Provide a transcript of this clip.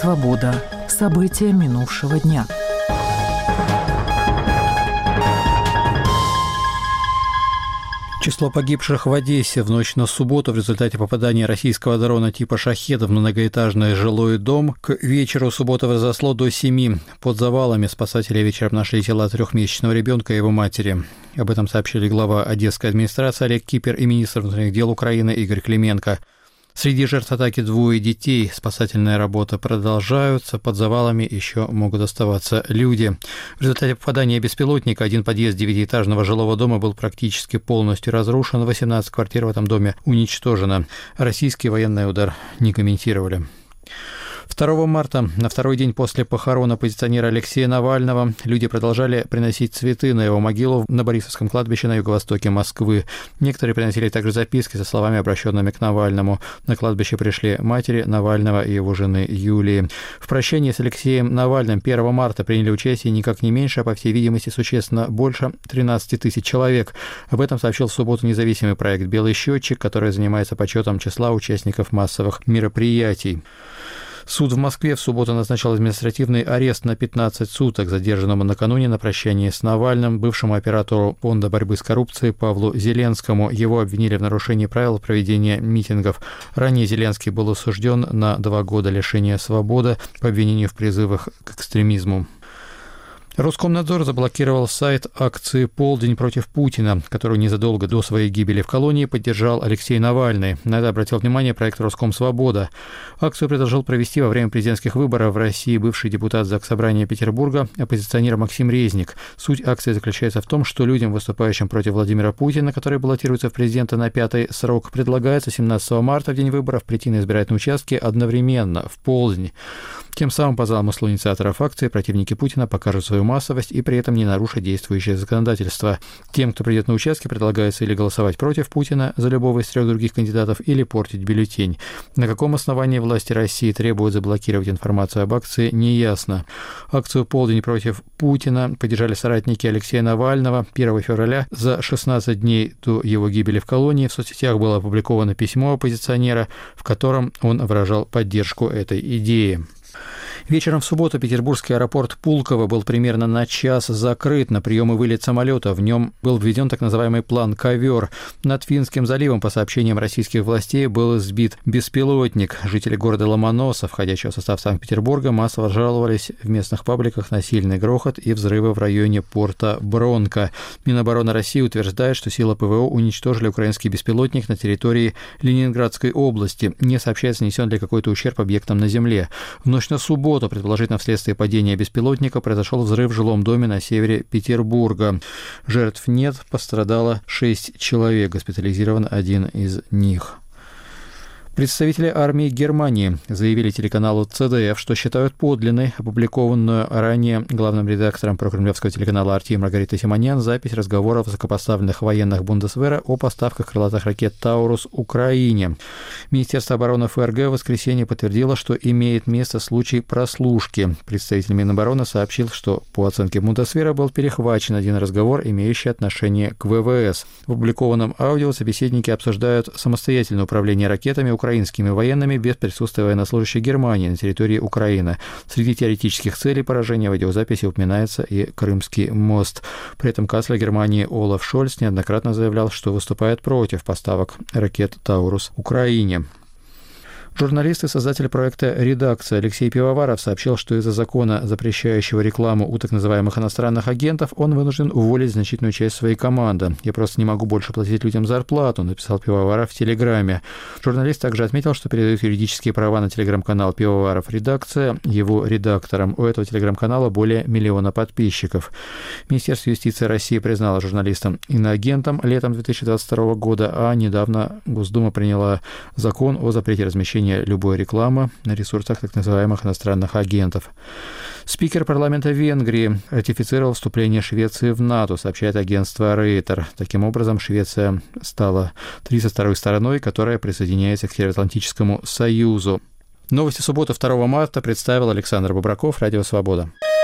«Свобода». События минувшего дня. Число погибших в Одессе в ночь на субботу в результате попадания российского дрона типа «Шахед» в многоэтажный жилой дом к вечеру субботы возросло до 7. Под завалами спасатели вечером нашли тела 3-месячного ребенка и его матери. Об этом сообщили глава Одесской администрации Олег Кипер и министр внутренних дел Украины Игорь Клименко. Среди жертв атаки 2 детей. Спасательная работа продолжается. Под завалами еще могут оставаться люди. В результате попадания беспилотника один подъезд 9-этажного жилого дома был практически полностью разрушен. 18 квартир в этом доме уничтожено. Российский военный удар не комментировали. 2 марта, на второй день после похорон оппозиционера Алексея Навального, люди продолжали приносить цветы на его могилу на Борисовском кладбище на юго-востоке Москвы. Некоторые приносили также записки со словами, обращенными к Навальному. На кладбище пришли матери Навального и его жены Юлии. В прощании с Алексеем Навальным 1 марта приняли участие никак не меньше, а по всей видимости существенно больше 13 тысяч человек. Об этом сообщил в субботу независимый проект «Белый счетчик», который занимается подсчетом числа участников массовых мероприятий. Суд в Москве в субботу назначил административный арест на 15 суток задержанному накануне на прощании с Навальным, бывшему оператору Фонда борьбы с коррупцией Павлу Зеленскому. Его обвинили в нарушении правил проведения митингов. Ранее Зеленский был осужден на 2 года лишения свободы по обвинению в призывах к экстремизму. Роскомнадзор заблокировал сайт акции «Полдень против Путина», которую незадолго до своей гибели в колонии поддержал Алексей Навальный. На это обратил внимание проект «Роскомсвобода». Акцию предложил провести во время президентских выборов в России бывший депутат Заксобрания Петербурга, оппозиционер Максим Резник. Суть акции заключается в том, что людям, выступающим против Владимира Путина, который баллотируется в президенты на 5-й срок, предлагается 17 марта, в день выборов, прийти на избирательные участки одновременно, в полдень. Тем самым, по замыслу инициаторов акции, противники Путина покажут свою массовость и при этом не нарушат действующее законодательство. Тем, кто придет на участки, предлагается или голосовать против Путина за любого из 3 других кандидатов, или портить бюллетень. На каком основании власти России требуют заблокировать информацию об акции, неясно. Акцию «Полдень против Путина» поддержали соратники Алексея Навального. 1 февраля, за 16 дней до его гибели в колонии, в соцсетях было опубликовано письмо оппозиционера, в котором он выражал поддержку этой идеи. Вечером в субботу петербургский аэропорт Пулково был примерно на час закрыт на прием и вылет самолета. В нем был введен так называемый план «Ковер». Над Финским заливом, по сообщениям российских властей, был сбит беспилотник. Жители города Ломоносов, входящего в состав Санкт-Петербурга, массово жаловались в местных пабликах на сильный грохот и взрывы в районе порта Бронко. Минобороны России утверждает, что силы ПВО уничтожили украинский беспилотник на территории Ленинградской области. Не сообщается, нанесен ли какой-то ущерб объектам на земле. В ночь на субботу, предположительно вследствие падения беспилотника, произошел взрыв в жилом доме на севере Петербурга. Жертв нет, пострадало 6 человек, госпитализирован один из них. Представители армии Германии заявили телеканалу ЦДФ, что считают подлинной опубликованную ранее главным редактором прокремлевского телеканала «Арти» Маргаритой Симонян запись разговоров высокопоставленных военных Бундесвера о поставках крылатых ракет «Таурус» Украине. Министерство обороны ФРГ в воскресенье подтвердило, что имеет место случай прослушки. Представитель Минобороны сообщил, что по оценке Бундесвера был перехвачен один разговор, имеющий отношение к ВВС. В опубликованном аудио собеседники обсуждают самостоятельное управление ракетами украинскими военными без присутствия военнослужащих Германии на территории Украины. Среди теоретических целей поражения в видеозаписи упоминается и Крымский мост. При этом канцлер Германии Олаф Шольц неоднократно заявлял, что выступает против поставок ракет «Таурус» Украине. Журналист и создатель проекта «Редакция» Алексей Пивоваров сообщил, что из-за закона, запрещающего рекламу у так называемых иностранных агентов, он вынужден уволить значительную часть своей команды. «Я просто не могу больше платить людям зарплату», написал Пивоваров в Телеграме. Журналист также отметил, что передает юридические права на телеграм-канал «Пивоваров Редакция» его редакторам. У этого телеграм-канала более 1 миллиона подписчиков. Министерство юстиции России признало журналиста иноагентом летом 2022 года, а недавно Госдума приняла закон о запрете размещения любой рекламы на ресурсах так называемых иностранных агентов. Спикер парламента Венгрии ратифицировал вступление Швеции в НАТО, сообщает агентство Рейтер. Таким образом, Швеция стала 32-й стороной, которая присоединяется к Североатлантическому союзу. Новости субботы 2 марта представил Александр Бобраков, Радио Свобода.